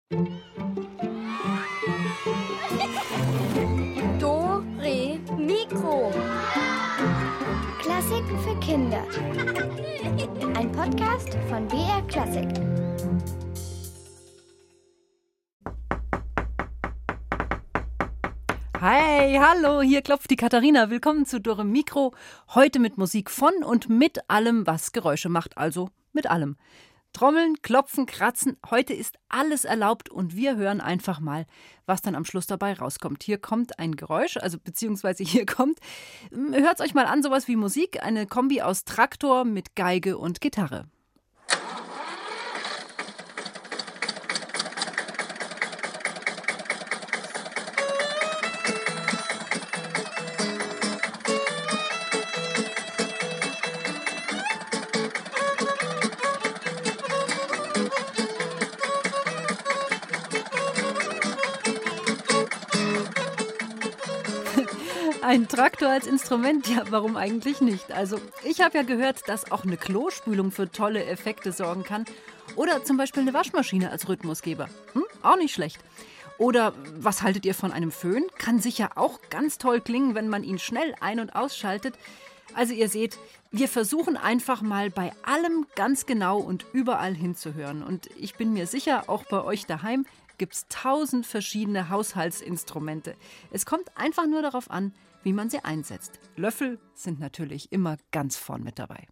Dore Mikro. Klassiken für Kinder. Ein Podcast von BR Klassik. Hi, hallo, hier klopft die Katharina. Willkommen zu Dore Mikro. Heute mit Musik von und mit allem, was Geräusche macht, also mit allem. Trommeln, klopfen, kratzen, heute ist alles erlaubt und wir hören einfach mal, was dann am Schluss dabei rauskommt. Hier kommt ein Geräusch, hört's euch mal an, sowas wie Musik, eine Kombi aus Traktor mit Geige und Gitarre. Ein Traktor als Instrument? Ja, warum eigentlich nicht? Also, ich habe ja gehört, dass auch eine Klospülung für tolle Effekte sorgen kann. Oder zum Beispiel eine Waschmaschine als Rhythmusgeber. Auch nicht schlecht. Oder was haltet ihr von einem Föhn? Kann sicher auch ganz toll klingen, wenn man ihn schnell ein- und ausschaltet. Also ihr seht, wir versuchen einfach mal bei allem ganz genau und überall hinzuhören. Und ich bin mir sicher, auch bei euch daheim gibt es 1000 verschiedene Haushaltsinstrumente. Es kommt einfach nur darauf an, wie man sie einsetzt. Löffel sind natürlich immer ganz vorn mit dabei.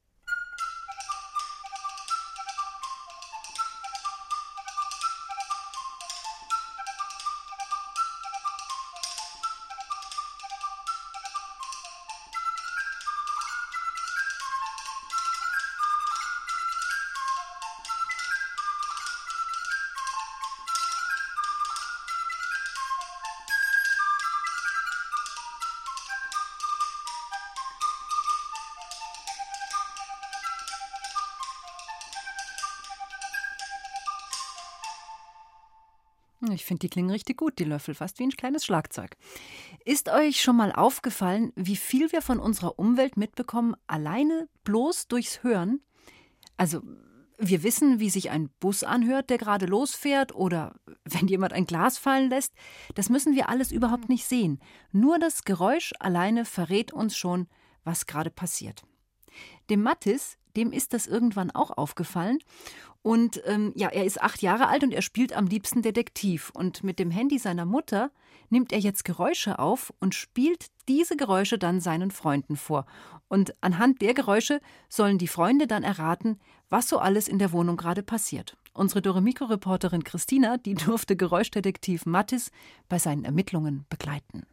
Ich finde, die klingen richtig gut, die Löffel, fast wie ein kleines Schlagzeug. Ist euch schon mal aufgefallen, wie viel wir von unserer Umwelt mitbekommen, alleine bloß durchs Hören? Also, wir wissen, wie sich ein Bus anhört, der gerade losfährt, oder wenn jemand ein Glas fallen lässt. Das müssen wir alles überhaupt nicht sehen. Nur das Geräusch alleine verrät uns schon, was gerade passiert. Dem Mattis, dem ist das irgendwann auch aufgefallen. Und er ist 8 Jahre alt und er spielt am liebsten Detektiv. Und mit dem Handy seiner Mutter nimmt er jetzt Geräusche auf und spielt diese Geräusche dann seinen Freunden vor. Und anhand der Geräusche sollen die Freunde dann erraten, was so alles in der Wohnung gerade passiert. Unsere Dore Mikro-Reporterin Christina, die durfte Geräuschdetektiv Mattis bei seinen Ermittlungen begleiten.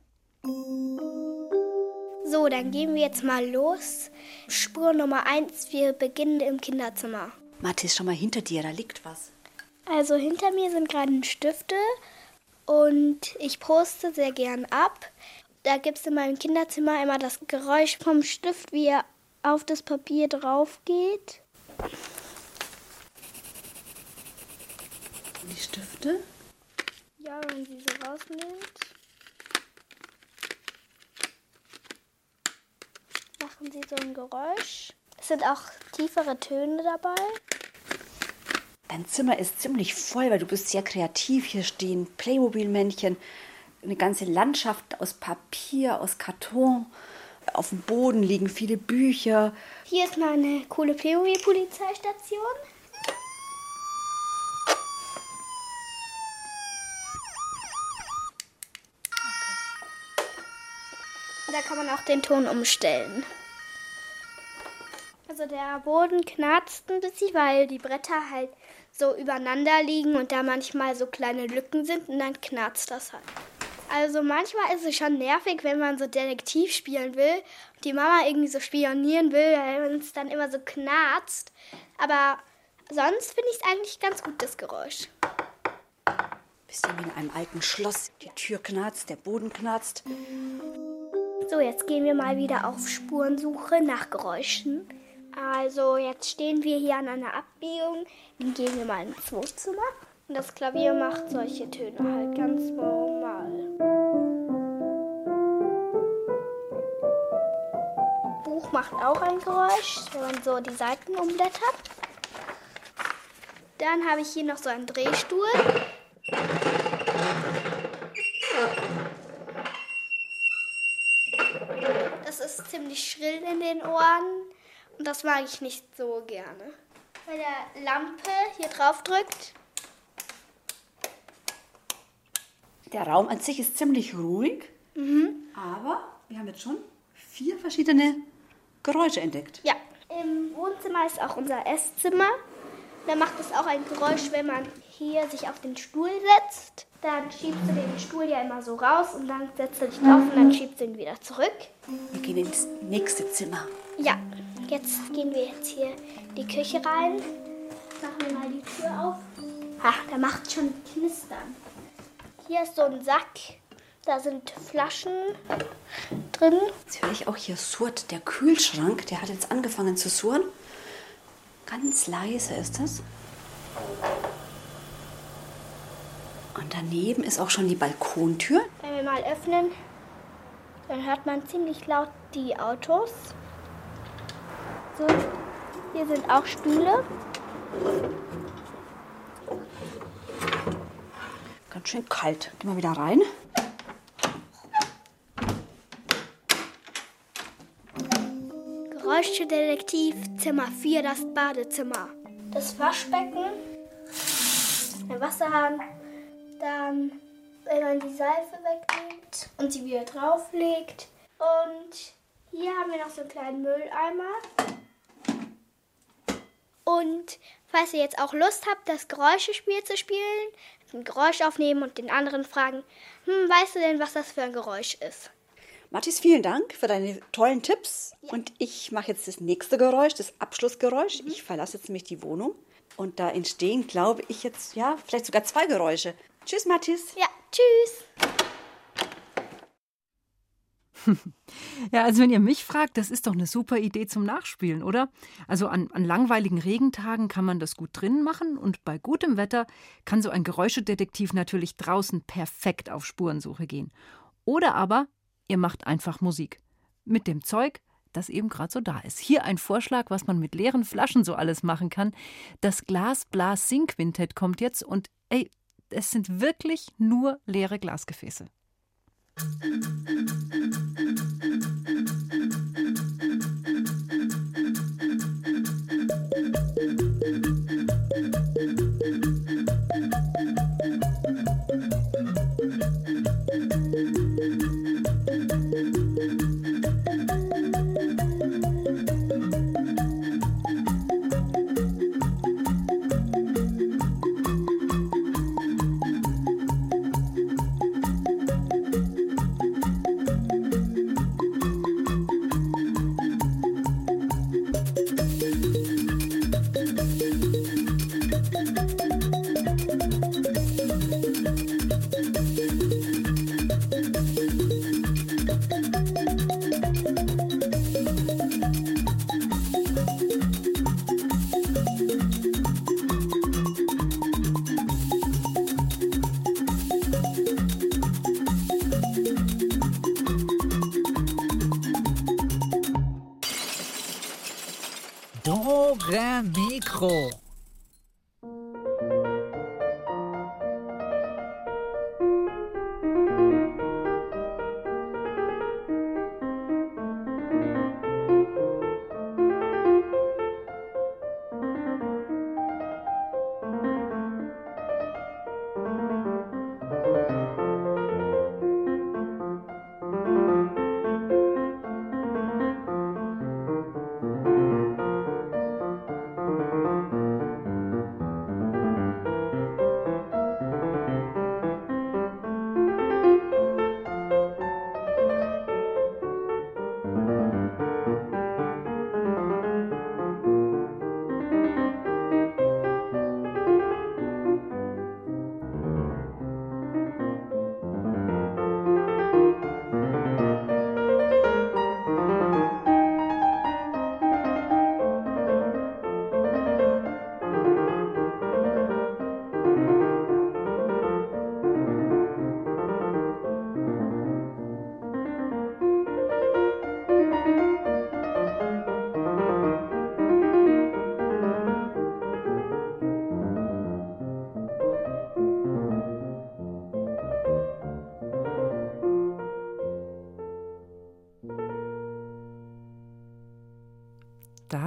So, dann gehen wir jetzt mal los. Spur Nummer 1, wir beginnen im Kinderzimmer. Mattis, schau mal hinter dir, da liegt was. Also hinter mir sind gerade Stifte und ich poste sehr gern ab. Da gibt es in meinem Kinderzimmer immer das Geräusch vom Stift, wie er auf das Papier drauf geht. Die Stifte? Ja, wenn man sie so rausnimmt, machen sie so ein Geräusch. Es sind auch tiefere Töne dabei. Dein Zimmer ist ziemlich voll, weil du bist sehr kreativ. Hier stehen Playmobil-Männchen, eine ganze Landschaft aus Papier, aus Karton. Auf dem Boden liegen viele Bücher. Hier ist mal eine coole Playmobil-Polizeistation. Da kann man auch den Ton umstellen. Also der Boden knarzt ein bisschen, weil die Bretter halt so übereinander liegen und da manchmal so kleine Lücken sind und dann knarzt das halt. Also manchmal ist es schon nervig, wenn man so Detektiv spielen will und die Mama irgendwie so spionieren will, wenn es dann immer so knarzt. Aber sonst finde ich es eigentlich ganz gut, das Geräusch. Bist du wie in einem alten Schloss. Die Tür knarzt, der Boden knarzt. So, jetzt gehen wir mal wieder auf Spurensuche nach Geräuschen. Also jetzt stehen wir hier an einer Abbiegung. Dann gehen wir mal ins Wohnzimmer. Und das Klavier macht solche Töne halt ganz normal. Buch macht auch ein Geräusch, wenn man so die Seiten umblättert. Dann habe ich hier noch so einen Drehstuhl. Das ist ziemlich schrill in den Ohren und das mag ich nicht so gerne. Bei der Lampe hier drauf drückt. Der Raum an sich ist ziemlich ruhig, aber wir haben jetzt schon 4 verschiedene Geräusche entdeckt. Ja, im Wohnzimmer ist auch unser Esszimmer. Da macht es auch ein Geräusch, wenn man hier sich auf den Stuhl setzt. Dann schiebst du den Stuhl ja immer so raus und dann setzt du dich drauf und dann schiebst du ihn wieder zurück. Wir gehen ins nächste Zimmer. Ja, jetzt gehen wir jetzt hier in die Küche rein. Machen wir mal die Tür auf. Da macht es schon Knistern. Hier ist so ein Sack. Da sind Flaschen drin. Jetzt höre ich auch hier surrt. Der Kühlschrank, der hat jetzt angefangen zu surren. Ganz leise ist es. Und daneben ist auch schon die Balkontür. Wenn wir mal öffnen, dann hört man ziemlich laut die Autos. So, hier sind auch Stühle. Ganz schön kalt. Gehen wir wieder rein. Geräuschedetektiv, Zimmer 4, das Badezimmer. Das Waschbecken, der Wasserhahn, dann, wenn man die Seife wegnimmt und sie wieder drauflegt. Und hier haben wir noch so einen kleinen Mülleimer. Und falls ihr jetzt auch Lust habt, das Geräuschespiel zu spielen, ein Geräusch aufnehmen und den anderen fragen, weißt du denn, was das für ein Geräusch ist? Mathis, vielen Dank für deine tollen Tipps. Ja. Und ich mache jetzt das nächste Geräusch, das Abschlussgeräusch. Ich verlasse jetzt nämlich die Wohnung. Und da entstehen, glaube ich, jetzt vielleicht sogar 2 Geräusche. Tschüss, Mathis. Ja, tschüss. Ja, also wenn ihr mich fragt, das ist doch eine super Idee zum Nachspielen, oder? Also an langweiligen Regentagen kann man das gut drinnen machen und bei gutem Wetter kann so ein Geräuschedetektiv natürlich draußen perfekt auf Spurensuche gehen. Oder aber ihr macht einfach Musik mit dem Zeug, das eben gerade so da ist. Hier ein Vorschlag, was man mit leeren Flaschen so alles machen kann. Das Glas-Blas-Sing-Quintett kommt jetzt und es sind wirklich nur leere Glasgefäße. Mikro.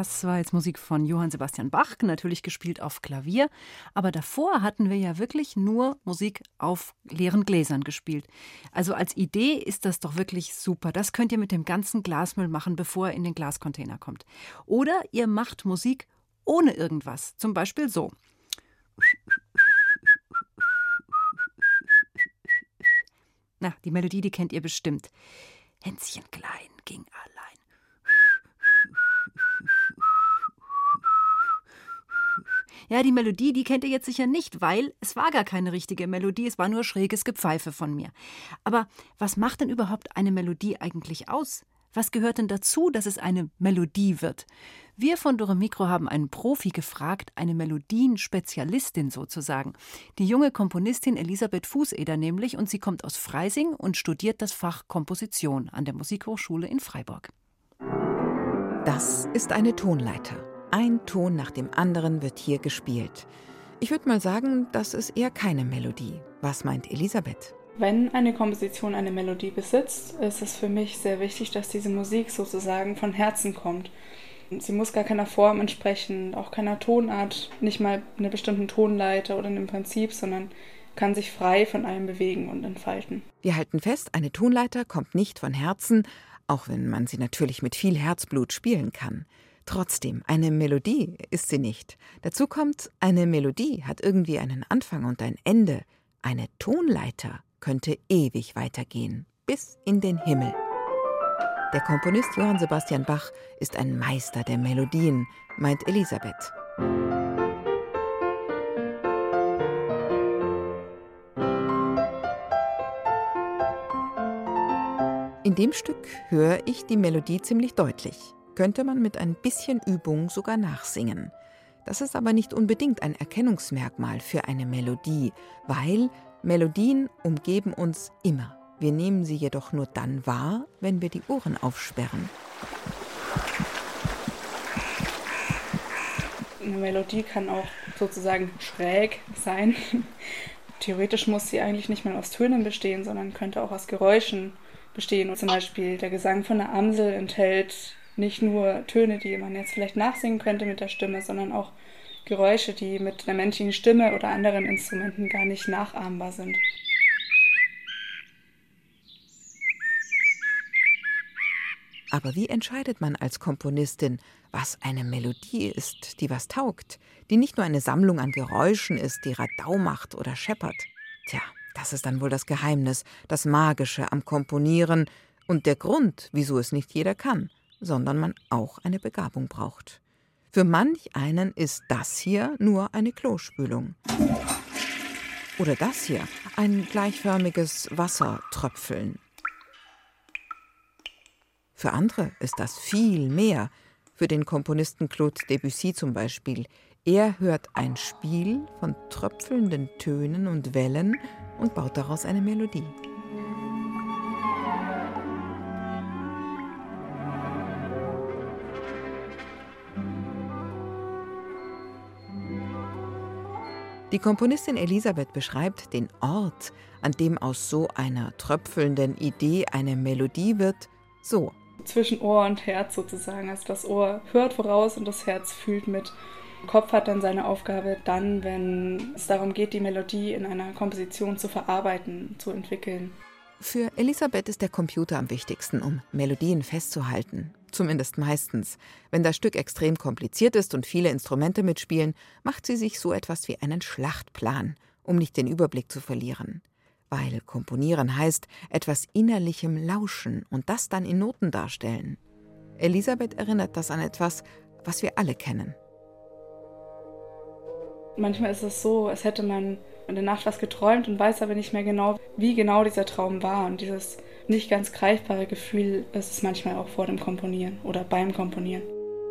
Das war jetzt Musik von Johann Sebastian Bach, natürlich gespielt auf Klavier. Aber davor hatten wir ja wirklich nur Musik auf leeren Gläsern gespielt. Also als Idee ist das doch wirklich super. Das könnt ihr mit dem ganzen Glasmüll machen, bevor er in den Glascontainer kommt. Oder ihr macht Musik ohne irgendwas. Zum Beispiel so. Na, die Melodie, die kennt ihr bestimmt. Hänschen klein ging allein. Ja, die Melodie, die kennt ihr jetzt sicher nicht, weil es war gar keine richtige Melodie, es war nur schräges Gepfeife von mir. Aber was macht denn überhaupt eine Melodie eigentlich aus? Was gehört denn dazu, dass es eine Melodie wird? Wir von Dore Mikro haben einen Profi gefragt, eine Melodienspezialistin sozusagen. Die junge Komponistin Elisabeth Fußeder nämlich, und sie kommt aus Freising und studiert das Fach Komposition an der Musikhochschule in Freiburg. Das ist eine Tonleiter. Ein Ton nach dem anderen wird hier gespielt. Ich würde mal sagen, das ist eher keine Melodie. Was meint Elisabeth? Wenn eine Komposition eine Melodie besitzt, ist es für mich sehr wichtig, dass diese Musik sozusagen von Herzen kommt. Sie muss gar keiner Form entsprechen, auch keiner Tonart, nicht mal einer bestimmten Tonleiter oder einem Prinzip, sondern kann sich frei von allem bewegen und entfalten. Wir halten fest, eine Tonleiter kommt nicht von Herzen, auch wenn man sie natürlich mit viel Herzblut spielen kann. Trotzdem, eine Melodie ist sie nicht. Dazu kommt, eine Melodie hat irgendwie einen Anfang und ein Ende. Eine Tonleiter könnte ewig weitergehen, bis in den Himmel. Der Komponist Johann Sebastian Bach ist ein Meister der Melodien, meint Elisabeth. In dem Stück höre ich die Melodie ziemlich deutlich. Könnte man mit ein bisschen Übung sogar nachsingen. Das ist aber nicht unbedingt ein Erkennungsmerkmal für eine Melodie, weil Melodien umgeben uns immer. Wir nehmen sie jedoch nur dann wahr, wenn wir die Ohren aufsperren. Eine Melodie kann auch sozusagen schräg sein. Theoretisch muss sie eigentlich nicht mal aus Tönen bestehen, sondern könnte auch aus Geräuschen bestehen. Und zum Beispiel der Gesang von einer Amsel enthält nicht nur Töne, die man jetzt vielleicht nachsingen könnte mit der Stimme, sondern auch Geräusche, die mit einer menschlichen Stimme oder anderen Instrumenten gar nicht nachahmbar sind. Aber wie entscheidet man als Komponistin, was eine Melodie ist, die was taugt, die nicht nur eine Sammlung an Geräuschen ist, die Radau macht oder scheppert? Tja, das ist dann wohl das Geheimnis, das Magische am Komponieren und der Grund, wieso es nicht jeder kann, sondern man auch eine Begabung braucht. Für manch einen ist das hier nur eine Klospülung. Oder das hier, ein gleichförmiges Wassertröpfeln. Für andere ist das viel mehr. Für den Komponisten Claude Debussy zum Beispiel. Er hört ein Spiel von tröpfelnden Tönen und Wellen und baut daraus eine Melodie. Die Komponistin Elisabeth beschreibt den Ort, an dem aus so einer tröpfelnden Idee eine Melodie wird, so. Zwischen Ohr und Herz sozusagen. Also das Ohr hört voraus und das Herz fühlt mit. Der Kopf hat dann seine Aufgabe dann, wenn es darum geht, die Melodie in einer Komposition zu verarbeiten, zu entwickeln. Für Elisabeth ist der Computer am wichtigsten, um Melodien festzuhalten. Zumindest meistens. Wenn das Stück extrem kompliziert ist und viele Instrumente mitspielen, macht sie sich so etwas wie einen Schlachtplan, um nicht den Überblick zu verlieren. Weil Komponieren heißt, etwas Innerlichem lauschen und das dann in Noten darstellen. Elisabeth erinnert das an etwas, was wir alle kennen. Manchmal ist es so, als hätte man in der Nacht was geträumt und weiß aber nicht mehr genau, wie genau dieser Traum war. Und dieses nicht ganz greifbare Gefühl ist es manchmal auch vor dem Komponieren oder beim Komponieren.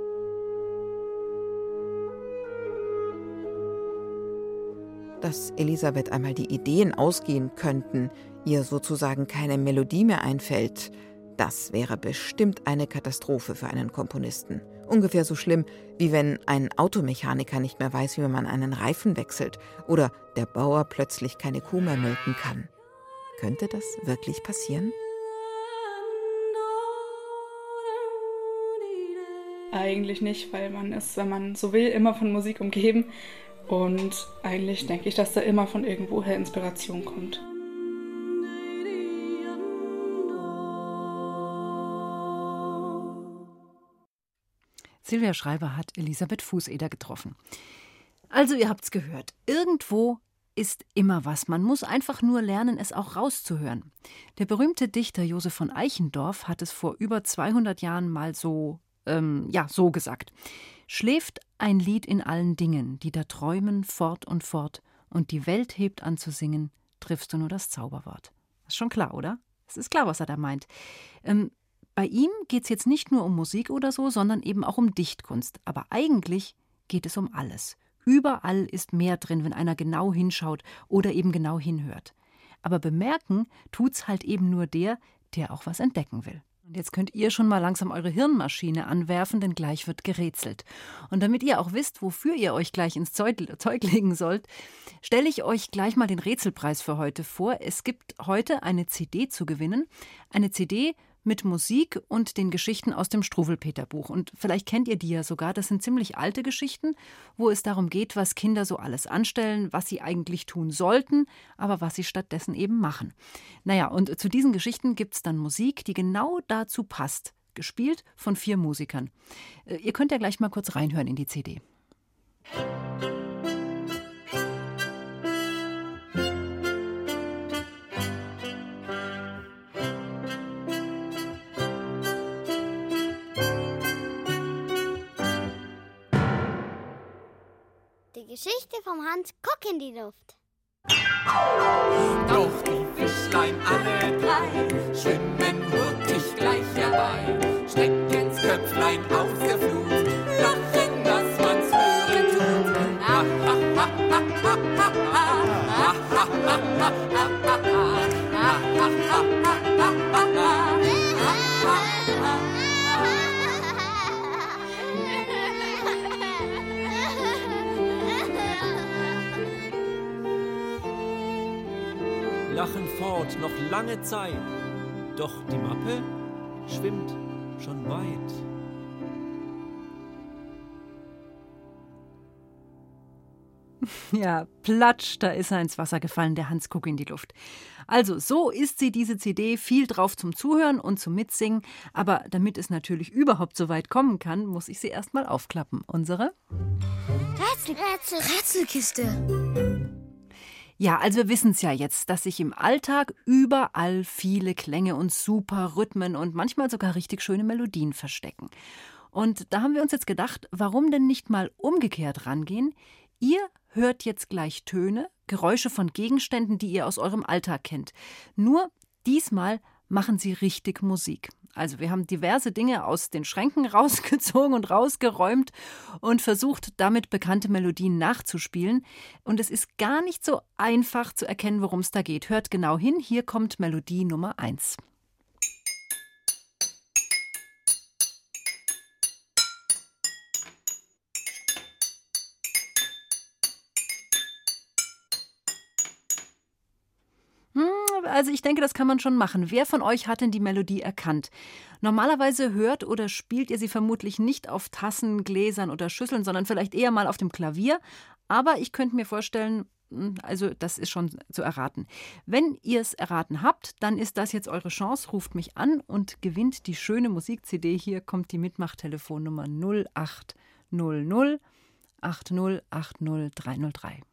Dass Elisabeth einmal die Ideen ausgehen könnten, ihr sozusagen keine Melodie mehr einfällt, das wäre bestimmt eine Katastrophe für einen Komponisten. Ungefähr so schlimm, wie wenn ein Automechaniker nicht mehr weiß, wie man einen Reifen wechselt oder der Bauer plötzlich keine Kuh mehr melken kann. Könnte das wirklich passieren? Eigentlich nicht, weil man ist, wenn man so will, immer von Musik umgeben. Und eigentlich denke ich, dass da immer von irgendwoher Inspiration kommt. Silvia Schreiber hat Elisabeth Fußeder getroffen. Also ihr habt's gehört, irgendwo ist immer was. Man muss einfach nur lernen, es auch rauszuhören. Der berühmte Dichter Josef von Eichendorff hat es vor über 200 Jahren mal so gesagt. Schläft ein Lied in allen Dingen, die da träumen fort und die Welt hebt an zu singen, triffst du nur das Zauberwort. Ist schon klar, oder? Es ist klar, was er da meint. Bei ihm geht es jetzt nicht nur um Musik oder so, sondern eben auch um Dichtkunst. Aber eigentlich geht es um alles. Überall ist mehr drin, wenn einer genau hinschaut oder eben genau hinhört. Aber bemerken tut's halt eben nur der auch was entdecken will. Und jetzt könnt ihr schon mal langsam eure Hirnmaschine anwerfen, denn gleich wird gerätselt. Und damit ihr auch wisst, wofür ihr euch gleich ins Zeug legen sollt, stelle ich euch gleich mal den Rätselpreis für heute vor. Es gibt heute eine CD zu gewinnen. Eine CD mit Musik und den Geschichten aus dem Struwwelpeter-Buch. Und vielleicht kennt ihr die ja sogar. Das sind ziemlich alte Geschichten, wo es darum geht, was Kinder so alles anstellen, was sie eigentlich tun sollten, aber was sie stattdessen eben machen. Naja, und zu diesen Geschichten gibt es dann Musik, die genau dazu passt. Gespielt von 4 Musikern. Ihr könnt ja gleich mal kurz reinhören in die CD. Die Geschichte vom Hans Guck in die Luft. Doch die Fischlein alle 3 schwimmen hurtig gleich herbei, stecken ins Köpflein aus der Flut, lachen, dass man's hören tut. Ah, ah, ah, ah, ah, ah, ah, ah, ah, ah, lachen fort noch lange Zeit, doch die Mappe schwimmt schon weit. Ja, platsch, da ist er ins Wasser gefallen, der Hans Guck in die Luft. Also, so ist sie, diese CD, viel drauf zum Zuhören und zum Mitsingen. Aber damit es natürlich überhaupt so weit kommen kann, muss ich sie erst mal aufklappen. Unsere Rätselkiste. Ja, also wir wissen es ja jetzt, dass sich im Alltag überall viele Klänge und super Rhythmen und manchmal sogar richtig schöne Melodien verstecken. Und da haben wir uns jetzt gedacht, warum denn nicht mal umgekehrt rangehen? Ihr hört jetzt gleich Töne, Geräusche von Gegenständen, die ihr aus eurem Alltag kennt. Nur diesmal machen sie richtig Musik. Also wir haben diverse Dinge aus den Schränken rausgezogen und rausgeräumt und versucht, damit bekannte Melodien nachzuspielen. Und es ist gar nicht so einfach zu erkennen, worum es da geht. Hört genau hin, hier kommt Melodie Nummer 1. Also ich denke, das kann man schon machen. Wer von euch hat denn die Melodie erkannt? Normalerweise hört oder spielt ihr sie vermutlich nicht auf Tassen, Gläsern oder Schüsseln, sondern vielleicht eher mal auf dem Klavier. Aber ich könnte mir vorstellen, also das ist schon zu erraten. Wenn ihr es erraten habt, dann ist das jetzt eure Chance. Ruft mich an und gewinnt die schöne Musik-CD. Hier kommt die Mitmachtelefonnummer 0800 80 80 303.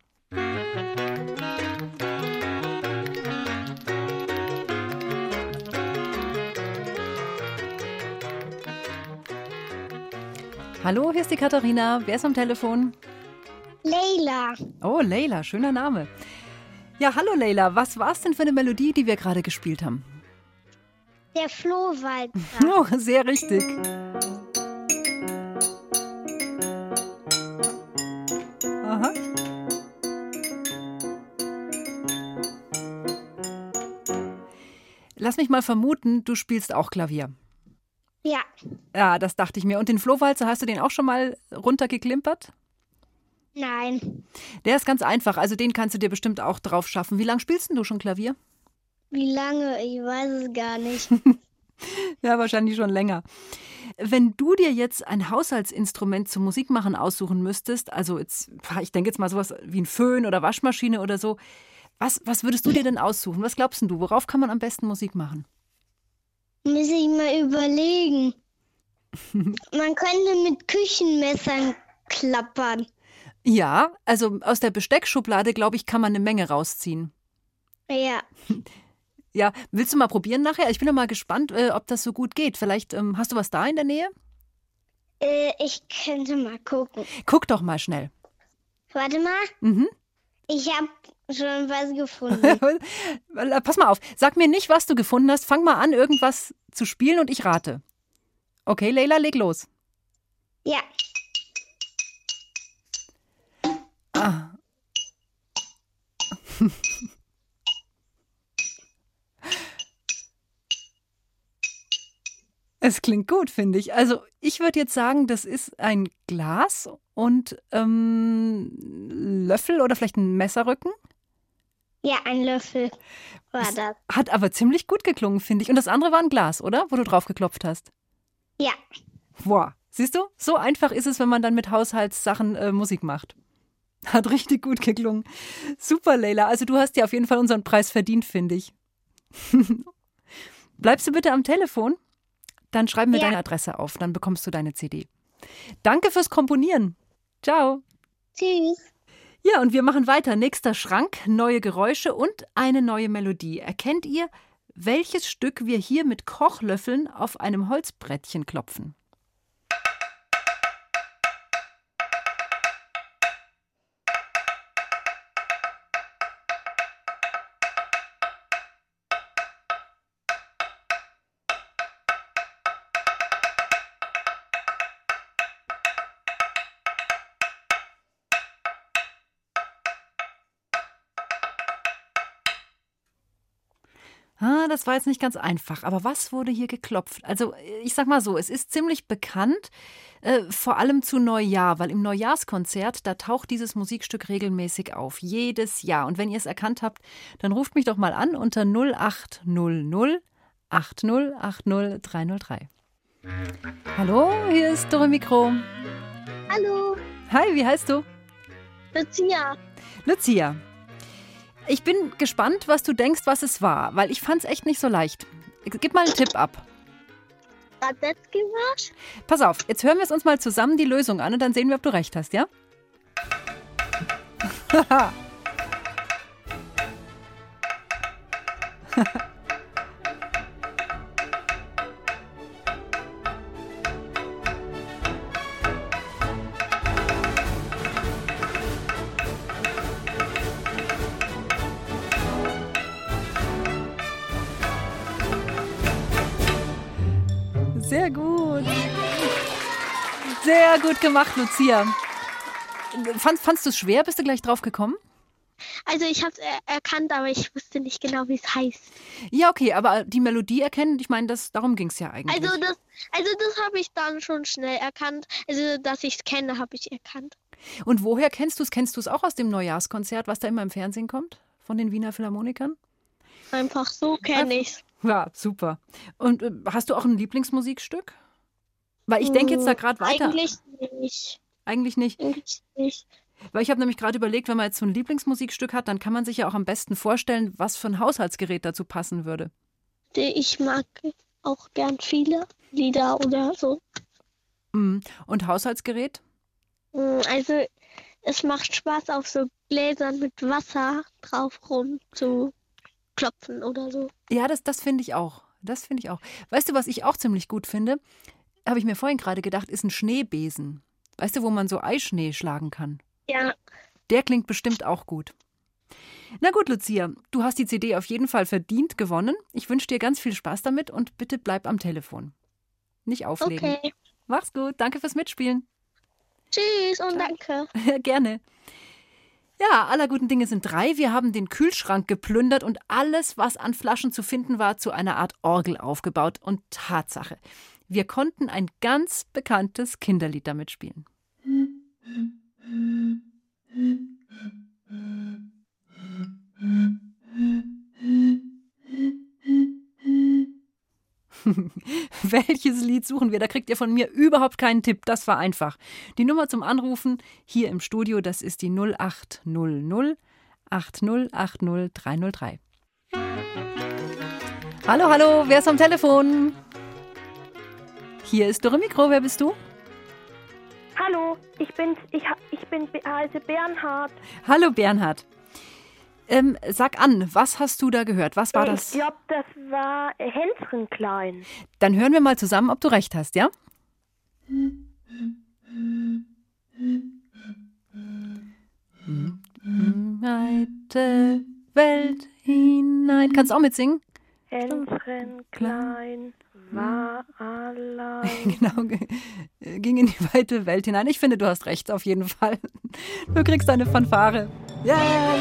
Hallo, hier ist die Katharina. Wer ist am Telefon? Leila. Oh, Leila, schöner Name. Ja, hallo Leila. Was war es denn für eine Melodie, die wir gerade gespielt haben? Der Flohwald. Oh, sehr richtig. Aha. Lass mich mal vermuten, du spielst auch Klavier. Ja. Ja, das dachte ich mir. Und den Flohwalzer, hast du den auch schon mal runtergeklimpert? Nein. Der ist ganz einfach, also den kannst du dir bestimmt auch drauf schaffen. Wie lange spielst denn du schon Klavier? Wie lange? Ich weiß es gar nicht. Ja, wahrscheinlich schon länger. wenn du dir jetzt ein Haushaltsinstrument zum Musikmachen aussuchen müsstest, also jetzt, ich denke jetzt mal sowas wie ein Föhn oder Waschmaschine oder so, was würdest du dir denn aussuchen? Was glaubst denn du? Worauf kann man am besten Musik machen? Muss ich mal überlegen. Man könnte mit Küchenmessern klappern. Ja, also aus der Besteckschublade, glaube ich, kann man eine Menge rausziehen. Ja. Ja, willst du mal probieren nachher? Ich bin doch mal gespannt, ob das so gut geht. Vielleicht hast du was da in der Nähe? Ich könnte mal gucken. Guck doch mal schnell. Warte mal. Mhm. Ich habe schon was gefunden. Pass mal auf, sag mir nicht, was du gefunden hast. Fang mal an, irgendwas zu spielen und ich rate. Okay, Leila, leg los. Ja. Ah. Es klingt gut, finde ich. Also ich würde jetzt sagen, das ist ein Glas und Löffel oder vielleicht ein Messerrücken. Ja, ein Löffel war das. Hat aber ziemlich gut geklungen, finde ich. Und das andere war ein Glas, oder? Wo du drauf geklopft hast. Ja. Boah, siehst du? So einfach ist es, wenn man dann mit Haushaltssachen Musik macht. Hat richtig gut geklungen. Super, Leila. Also du hast dir auf jeden Fall unseren Preis verdient, finde ich. Bleibst du bitte am Telefon? Dann schreib mir deine Adresse auf, dann bekommst du deine CD. Danke fürs Komponieren. Ciao. Tschüss. Ja, und wir machen weiter. Nächster Schrank, neue Geräusche und eine neue Melodie. Erkennt ihr, welches Stück wir hier mit Kochlöffeln auf einem Holzbrettchen klopfen? Das war jetzt nicht ganz einfach. Aber was wurde hier geklopft? Also ich sag mal so, es ist ziemlich bekannt, vor allem zu Neujahr, weil im Neujahrskonzert, da taucht dieses Musikstück regelmäßig auf, jedes Jahr. Und wenn ihr es erkannt habt, dann ruft mich doch mal an unter 0800 8080 303. Hallo, hier ist Dore Mikro. Hallo. Hi, wie heißt du? Lucia. Lucia. Ich bin gespannt, was du denkst, was es war, weil ich fand es echt nicht so leicht. Gib mal einen Tipp ab. Radetzky-Marsch? Pass auf, jetzt hören wir es uns mal zusammen die Lösung an und dann sehen wir, ob du recht hast, ja? Sehr gut. Sehr gut gemacht, Lucia. Fandst du es schwer? Bist du gleich drauf gekommen? Also ich habe es erkannt, aber ich wusste nicht genau, wie es heißt. Ja, okay, aber die Melodie erkennen, ich meine, darum ging es ja eigentlich. Also das habe ich dann schon schnell erkannt. Also, dass ich es kenne, habe ich erkannt. Und woher kennst du es? Kennst du es auch aus dem Neujahrskonzert, was da immer im Fernsehen kommt? Von den Wiener Philharmonikern? Einfach so kenne ich es. Ja, super. Und hast du auch ein Lieblingsmusikstück? Weil ich denke jetzt da gerade weiter. Eigentlich nicht. Eigentlich nicht? Eigentlich nicht. Weil ich habe nämlich gerade überlegt, wenn man jetzt so ein Lieblingsmusikstück hat, dann kann man sich ja auch am besten vorstellen, was für ein Haushaltsgerät dazu passen würde. Ich mag auch gern viele Lieder oder so. Und Haushaltsgerät? Also es macht Spaß, auf so Gläsern mit Wasser drauf rum zu klopfen oder so. Ja, das finde ich auch. Das finde ich auch. Weißt du, was ich auch ziemlich gut finde? Habe ich mir vorhin gerade gedacht, ist ein Schneebesen. Weißt du, wo man so Eischnee schlagen kann? Ja. Der klingt bestimmt auch gut. Na gut, Lucia, du hast die CD auf jeden Fall verdient gewonnen. Ich wünsche dir ganz viel Spaß damit und bitte bleib am Telefon. Nicht auflegen. Okay. Mach's gut, danke fürs Mitspielen. Tschüss und danke. Gerne. Ja, aller guten Dinge sind 3. Wir haben den Kühlschrank geplündert und alles, was an Flaschen zu finden war, zu einer Art Orgel aufgebaut. Und Tatsache, wir konnten ein ganz bekanntes Kinderlied damit spielen. Welches Lied suchen wir? Da kriegt ihr von mir überhaupt keinen Tipp. Das war einfach. Die Nummer zum Anrufen hier im Studio, das ist die 0800 8080 303. Hallo, hallo, wer ist am Telefon? Hier ist Dore Mikro, wer bist du? Hallo, ich bin Bernhard. Hallo Bernhard. Sag an, was hast du da gehört? Was war das? Ich glaube, das war Hänschen klein. Dann hören wir mal zusammen, ob du recht hast, ja? Weite Welt hinein. Kannst du auch mitsingen? Hänschen klein war allein. Genau, ging in die weite Welt hinein. Ich finde, du hast recht, auf jeden Fall. Du kriegst eine Fanfare. Yeah.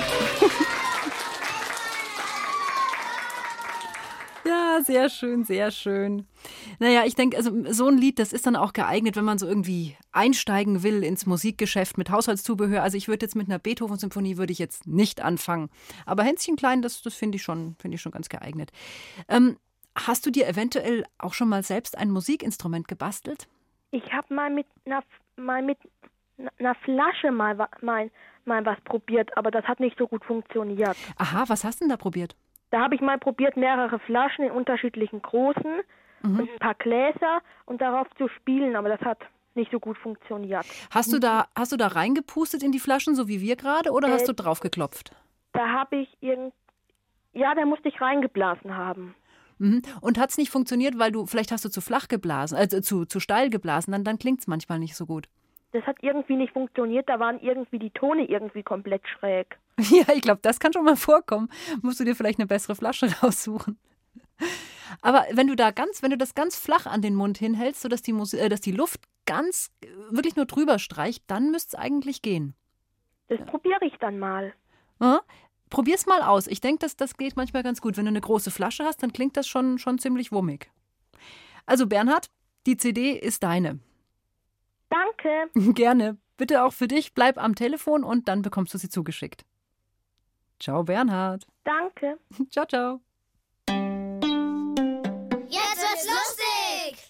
Ja, sehr schön, sehr schön. Naja, ich denke, also so ein Lied, das ist dann auch geeignet, wenn man so irgendwie einsteigen will ins Musikgeschäft mit Haushaltszubehör. Also ich würde jetzt mit einer Beethoven-Symphonie würde ich jetzt nicht anfangen. Aber Hänschen klein, das finde ich schon ganz geeignet. Hast du dir eventuell auch schon mal selbst ein Musikinstrument gebastelt? Ich habe mal mit einer Flasche mal was probiert, aber das hat nicht so gut funktioniert. Aha, was hast du denn da probiert? Da habe ich mal probiert, mehrere Flaschen in unterschiedlichen Großen und ein paar Gläser und darauf zu spielen, aber das hat nicht so gut funktioniert. Hast du da reingepustet in die Flaschen, so wie wir gerade, oder hast du drauf geklopft? Da habe ich da musste ich reingeblasen haben. Und hat es nicht funktioniert, weil vielleicht hast du zu flach geblasen, zu steil geblasen, dann klingt es manchmal nicht so gut. Das hat irgendwie nicht funktioniert, da waren irgendwie die Tone irgendwie komplett schräg. Ja, ich glaube, das kann schon mal vorkommen. Musst du dir vielleicht eine bessere Flasche raussuchen. Aber wenn du das ganz flach an den Mund hinhältst, sodass die Luft ganz wirklich nur drüber streicht, dann müsste es eigentlich gehen. Das probiere ich dann mal. Ja? Probier's mal aus. Ich denke, das geht manchmal ganz gut. Wenn du eine große Flasche hast, dann klingt das schon ziemlich wummig. Also Bernhard, die CD ist deine. Danke. Gerne. Bitte auch für dich. Bleib am Telefon und dann bekommst du sie zugeschickt. Ciao, Bernhard. Danke. Ciao, ciao. Jetzt wird's lustig!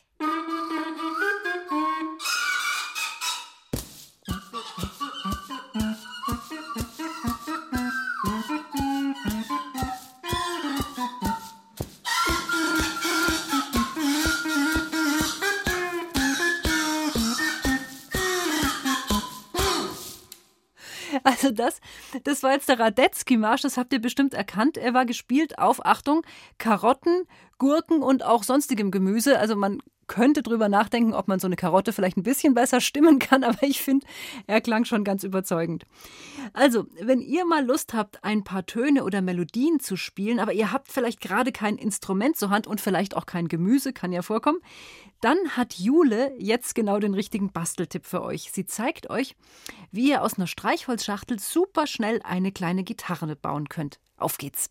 Also das war jetzt der Radetzky-Marsch, das habt ihr bestimmt erkannt. Er war gespielt auf, Achtung, Karotten, Gurken und auch sonstigem Gemüse. Also man könnte drüber nachdenken, ob man so eine Karotte vielleicht ein bisschen besser stimmen kann, aber ich finde, er klang schon ganz überzeugend. Also, wenn ihr mal Lust habt, ein paar Töne oder Melodien zu spielen, aber ihr habt vielleicht gerade kein Instrument zur Hand und vielleicht auch kein Gemüse, kann ja vorkommen, dann hat Jule jetzt genau den richtigen Basteltipp für euch. Sie zeigt euch, wie ihr aus einer Streichholzschachtel super schnell eine kleine Gitarre bauen könnt. Auf geht's!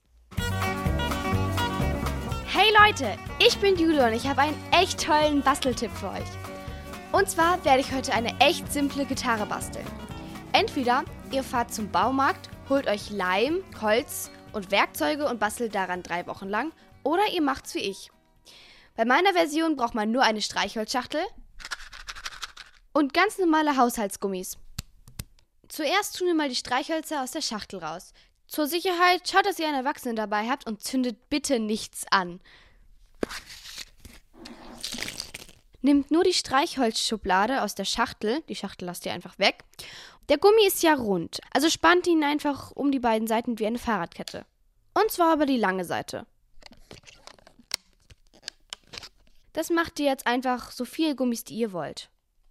Hey Leute, ich bin Jule und ich habe einen echt tollen Basteltipp für euch. Und zwar werde ich heute eine echt simple Gitarre basteln. Entweder ihr fahrt zum Baumarkt, holt euch Leim, Holz und Werkzeuge und bastelt daran 3 Wochen lang, oder ihr macht's wie ich. Bei meiner Version braucht man nur eine Streichholzschachtel und ganz normale Haushaltsgummis. Zuerst tun wir mal die Streichhölzer aus der Schachtel raus. Zur Sicherheit schaut, dass ihr einen Erwachsenen dabei habt und zündet bitte nichts an. Nehmt nur die Streichholzschublade aus der Schachtel. Die Schachtel lasst ihr einfach weg. Der Gummi ist ja rund, also spannt ihn einfach um die beiden Seiten wie eine Fahrradkette. Und zwar aber die lange Seite. Das macht ihr jetzt einfach so viele Gummis, die ihr wollt.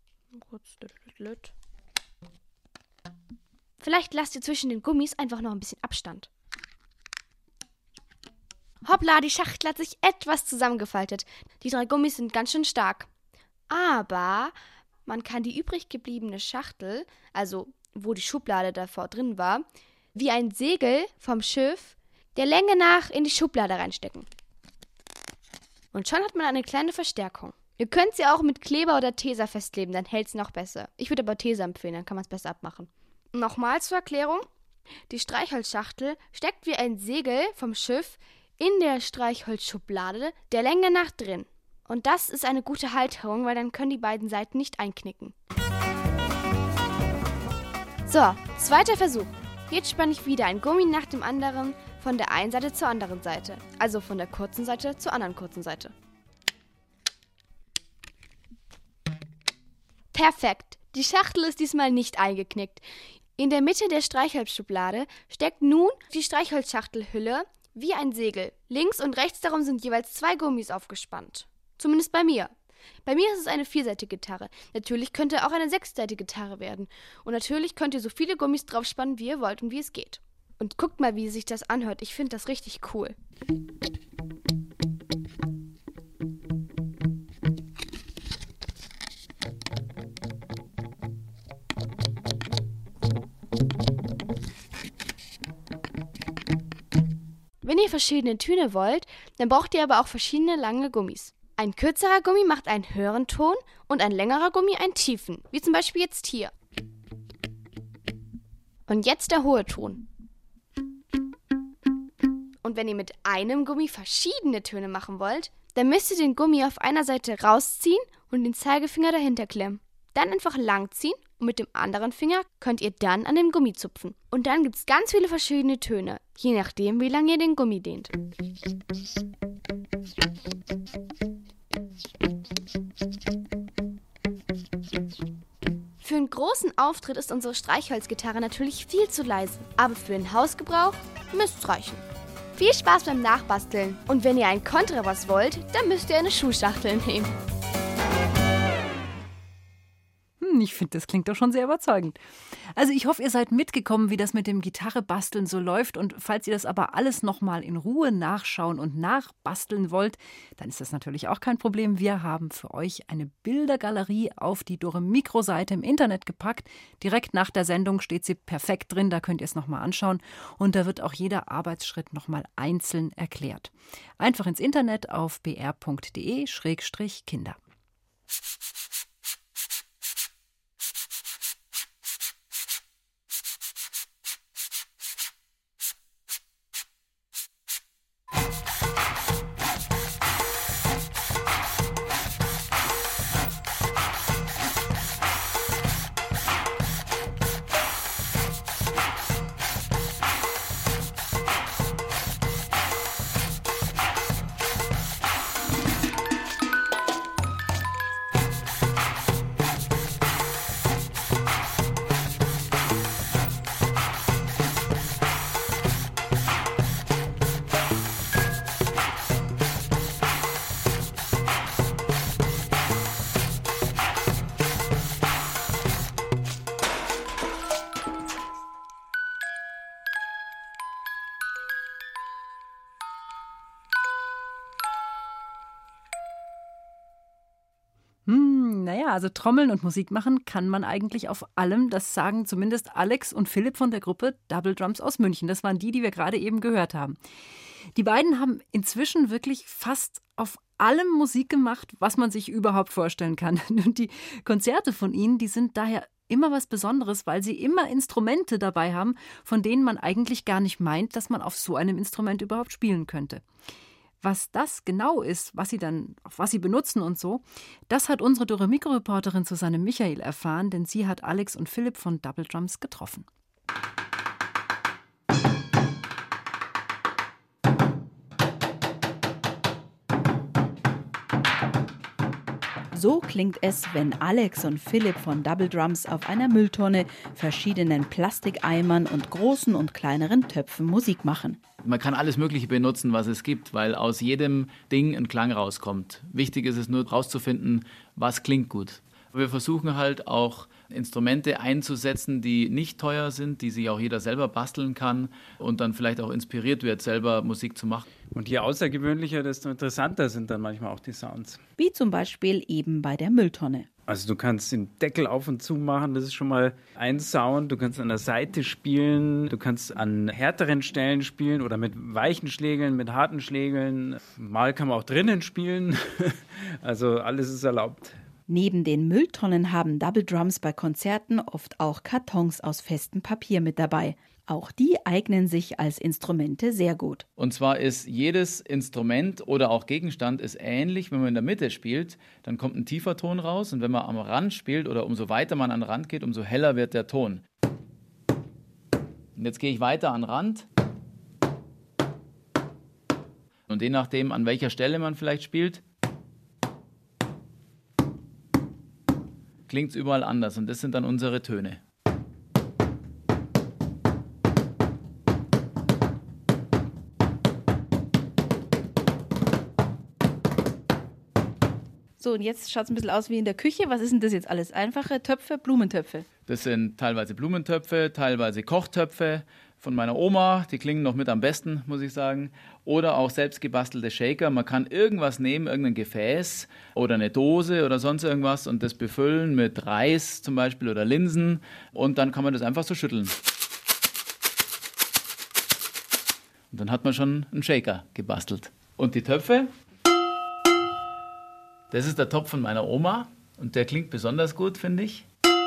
Vielleicht lasst ihr zwischen den Gummis einfach noch ein bisschen Abstand. Hoppla, die Schachtel hat sich etwas zusammengefaltet. Die 3 Gummis sind ganz schön stark. Aber man kann die übrig gebliebene Schachtel, also wo die Schublade davor drin war, wie ein Segel vom Schiff der Länge nach in die Schublade reinstecken. Und schon hat man eine kleine Verstärkung. Ihr könnt sie auch mit Kleber oder Tesa festkleben, dann hält es noch besser. Ich würde aber Tesa empfehlen, dann kann man es besser abmachen. Nochmal zur Erklärung. Die Streichholzschachtel steckt wie ein Segel vom Schiff in der Streichholzschublade der Länge nach drin. Und das ist eine gute Halterung, weil dann können die beiden Seiten nicht einknicken. So, zweiter Versuch. Jetzt spanne ich wieder ein Gummi nach dem anderen von der einen Seite zur anderen Seite. Also von der kurzen Seite zur anderen kurzen Seite. Perfekt. Die Schachtel ist diesmal nicht eingeknickt. In der Mitte der Streichholzschublade steckt nun die Streichholzschachtelhülle wie ein Segel. Links und rechts darum sind jeweils 2 Gummis aufgespannt. Zumindest bei mir. Bei mir ist es eine 4-seitige Gitarre. Natürlich könnte auch eine 6-seitige Gitarre werden. Und natürlich könnt ihr so viele Gummis draufspannen, wie ihr wollt und wie es geht. Und guckt mal, wie sich das anhört. Ich finde das richtig cool. Wenn ihr verschiedene Töne wollt, dann braucht ihr aber auch verschiedene lange Gummis. Ein kürzerer Gummi macht einen höheren Ton und ein längerer Gummi einen tiefen, wie zum Beispiel jetzt hier. Und jetzt der hohe Ton. Und wenn ihr mit einem Gummi verschiedene Töne machen wollt, dann müsst ihr den Gummi auf einer Seite rausziehen und den Zeigefinger dahinter klemmen. Dann einfach lang ziehen und mit dem anderen Finger könnt ihr dann an dem Gummi zupfen. Und dann gibt es ganz viele verschiedene Töne, je nachdem, wie lange ihr den Gummi dehnt. Für einen großen Auftritt ist unsere Streichholzgitarre natürlich viel zu leise, aber für den Hausgebrauch müsst es reichen. Viel Spaß beim Nachbasteln und wenn ihr ein Kontrabass wollt, dann müsst ihr eine Schuhschachtel nehmen. Ich finde, das klingt doch schon sehr überzeugend. Also ich hoffe, ihr seid mitgekommen, wie das mit dem Gitarrebasteln so läuft. Und falls ihr das aber alles nochmal in Ruhe nachschauen und nachbasteln wollt, dann ist das natürlich auch kein Problem. Wir haben für euch eine Bildergalerie auf die Dore Mikro-Seite im Internet gepackt. Direkt nach der Sendung steht sie perfekt drin, da könnt ihr es nochmal anschauen. Und da wird auch jeder Arbeitsschritt nochmal einzeln erklärt. Einfach ins Internet auf br.de/Kinder. Naja, also Trommeln und Musik machen kann man eigentlich auf allem. Das sagen zumindest Alex und Philipp von der Gruppe Double Drums aus München. Das waren die wir gerade eben gehört haben. Die beiden haben inzwischen wirklich fast auf allem Musik gemacht, was man sich überhaupt vorstellen kann. Und die Konzerte von ihnen, die sind daher immer was Besonderes, weil sie immer Instrumente dabei haben, von denen man eigentlich gar nicht meint, dass man auf so einem Instrument überhaupt spielen könnte. Was das genau ist, auf was sie benutzen und so, das hat unsere Dore Mikro-Reporterin Susanne Michael erfahren, denn sie hat Alex und Philipp von Double Drums getroffen. So klingt es, wenn Alex und Philipp von Double Drums auf einer Mülltonne, verschiedenen Plastikeimern und großen und kleineren Töpfen Musik machen. Man kann alles Mögliche benutzen, was es gibt, weil aus jedem Ding ein Klang rauskommt. Wichtig ist es nur, rauszufinden, was klingt gut. Wir versuchen halt auch Instrumente einzusetzen, die nicht teuer sind, die sich auch jeder selber basteln kann und dann vielleicht auch inspiriert wird, selber Musik zu machen. Und je außergewöhnlicher, desto interessanter sind dann manchmal auch die Sounds. Wie zum Beispiel eben bei der Mülltonne. Also du kannst den Deckel auf und zu machen, das ist schon mal ein Sound. Du kannst an der Seite spielen, du kannst an härteren Stellen spielen oder mit weichen Schlägeln, mit harten Schlägeln. Mal kann man auch drinnen spielen, also alles ist erlaubt. Neben den Mülltonnen haben Double Drums bei Konzerten oft auch Kartons aus festem Papier mit dabei. Auch die eignen sich als Instrumente sehr gut. Und zwar ist jedes Instrument oder auch Gegenstand ist ähnlich. Wenn man in der Mitte spielt, dann kommt ein tiefer Ton raus. Und wenn man am Rand spielt oder umso weiter man an den Rand geht, umso heller wird der Ton. Und jetzt gehe ich weiter an den Rand. Und je nachdem, an welcher Stelle man vielleicht spielt, klingt es überall anders. Und das sind dann unsere Töne. So, und jetzt schaut es ein bisschen aus wie in der Küche. Was ist denn das jetzt alles? Einfache Töpfe, Blumentöpfe? Das sind teilweise Blumentöpfe, teilweise Kochtöpfe von meiner Oma. Die klingen noch mit am besten, muss ich sagen. Oder auch selbst gebastelte Shaker. Man kann irgendwas nehmen, irgendein Gefäß oder eine Dose oder sonst irgendwas und das befüllen mit Reis zum Beispiel oder Linsen. Und dann kann man das einfach so schütteln. Und dann hat man schon einen Shaker gebastelt. Und die Töpfe? Das ist der Topf von meiner Oma und der klingt besonders gut, finde ich.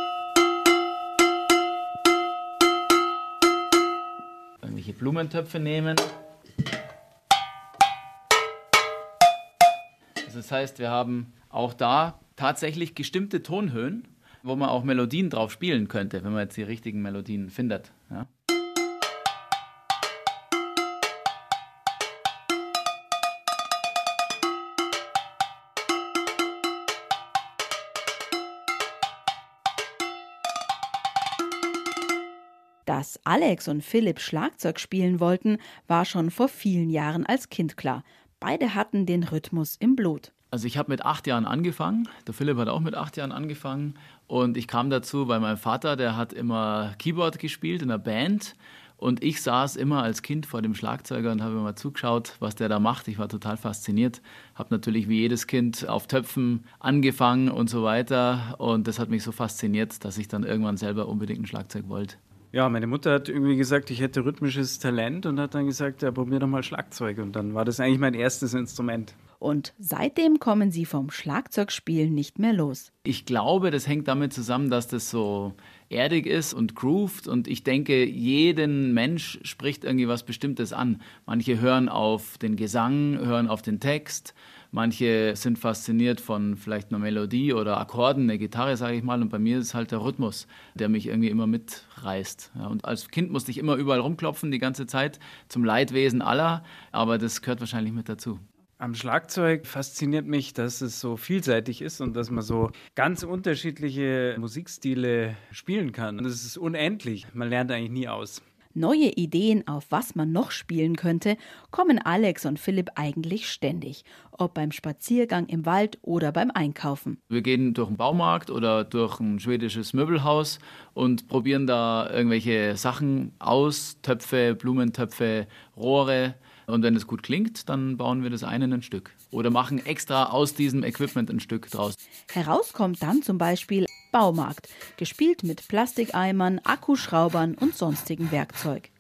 Irgendwelche Blumentöpfe nehmen. Das heißt, wir haben auch da tatsächlich gestimmte Tonhöhen, wo man auch Melodien drauf spielen könnte, wenn man jetzt die richtigen Melodien findet. Ja. Dass Alex und Philipp Schlagzeug spielen wollten, war schon vor vielen Jahren als Kind klar. Beide hatten den Rhythmus im Blut. Also ich habe mit 8 Jahren angefangen, der Philipp hat auch mit 8 Jahren angefangen und ich kam dazu, weil mein Vater, der hat immer Keyboard gespielt in einer Band und ich saß immer als Kind vor dem Schlagzeuger und habe immer zugeschaut, was der da macht. Ich war total fasziniert, habe natürlich wie jedes Kind auf Töpfen angefangen und so weiter und das hat mich so fasziniert, dass ich dann irgendwann selber unbedingt ein Schlagzeug wollte. Ja, meine Mutter hat irgendwie gesagt, ich hätte rhythmisches Talent und hat dann gesagt, ja, probier doch mal Schlagzeug. Und dann war das eigentlich mein erstes Instrument. Und seitdem kommen sie vom Schlagzeugspielen nicht mehr los. Ich glaube, das hängt damit zusammen, dass das so erdig ist und grooved. Und ich denke, jeden Mensch spricht irgendwie was Bestimmtes an. Manche hören auf den Gesang, hören auf den Text. Manche sind fasziniert von vielleicht einer Melodie oder Akkorden, eine Gitarre, sage ich mal. Und bei mir ist es halt der Rhythmus, der mich irgendwie immer mitreißt. Ja, und als Kind musste ich immer überall rumklopfen, die ganze Zeit, zum Leidwesen aller. Aber das gehört wahrscheinlich mit dazu. Am Schlagzeug fasziniert mich, dass es so vielseitig ist und dass man so ganz unterschiedliche Musikstile spielen kann. Und es ist unendlich. Man lernt eigentlich nie aus. Neue Ideen, auf was man noch spielen könnte, kommen Alex und Philipp eigentlich ständig. Ob beim Spaziergang im Wald oder beim Einkaufen. Wir gehen durch einen Baumarkt oder durch ein schwedisches Möbelhaus und probieren da irgendwelche Sachen aus. Töpfe, Blumentöpfe, Rohre. Und wenn es gut klingt, dann bauen wir das ein in ein Stück. Oder machen extra aus diesem Equipment ein Stück draus. Herauskommt dann zum Beispiel Baumarkt, gespielt mit Plastikeimern, Akkuschraubern und sonstigem Werkzeug.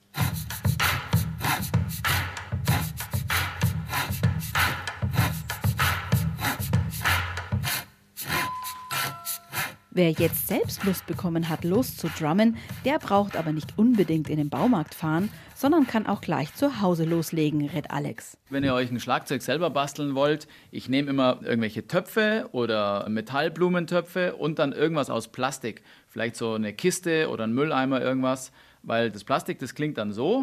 Wer jetzt selbst Lust bekommen hat, loszudrummen, der braucht aber nicht unbedingt in den Baumarkt fahren, sondern kann auch gleich zu Hause loslegen, rät Alex. Wenn ihr euch ein Schlagzeug selber basteln wollt, ich nehme immer irgendwelche Töpfe oder Metallblumentöpfe und dann irgendwas aus Plastik. Vielleicht so eine Kiste oder ein Mülleimer, irgendwas. Weil das Plastik, das klingt dann so,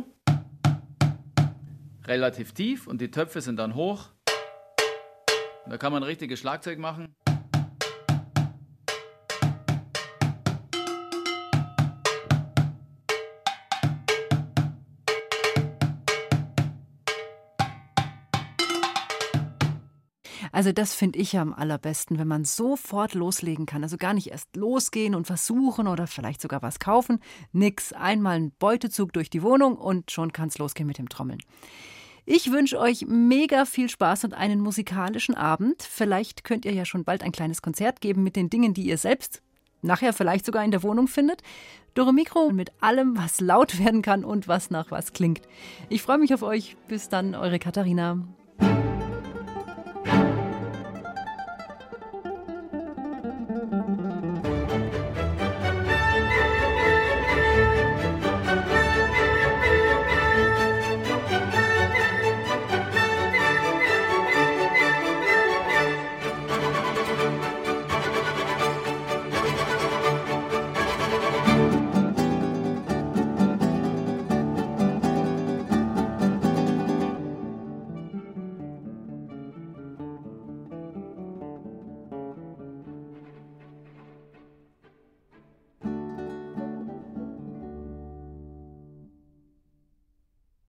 relativ tief und die Töpfe sind dann hoch. Und da kann man ein richtiges Schlagzeug machen. Also das finde ich ja am allerbesten, wenn man sofort loslegen kann. Also gar nicht erst losgehen und versuchen oder vielleicht sogar was kaufen. Nix, einmal ein Beutezug durch die Wohnung und schon kann es losgehen mit dem Trommeln. Ich wünsche euch mega viel Spaß und einen musikalischen Abend. Vielleicht könnt ihr ja schon bald ein kleines Konzert geben mit den Dingen, die ihr selbst nachher vielleicht sogar in der Wohnung findet. Dore Mikro mit allem, was laut werden kann und was nach was klingt. Ich freue mich auf euch. Bis dann, eure Katharina.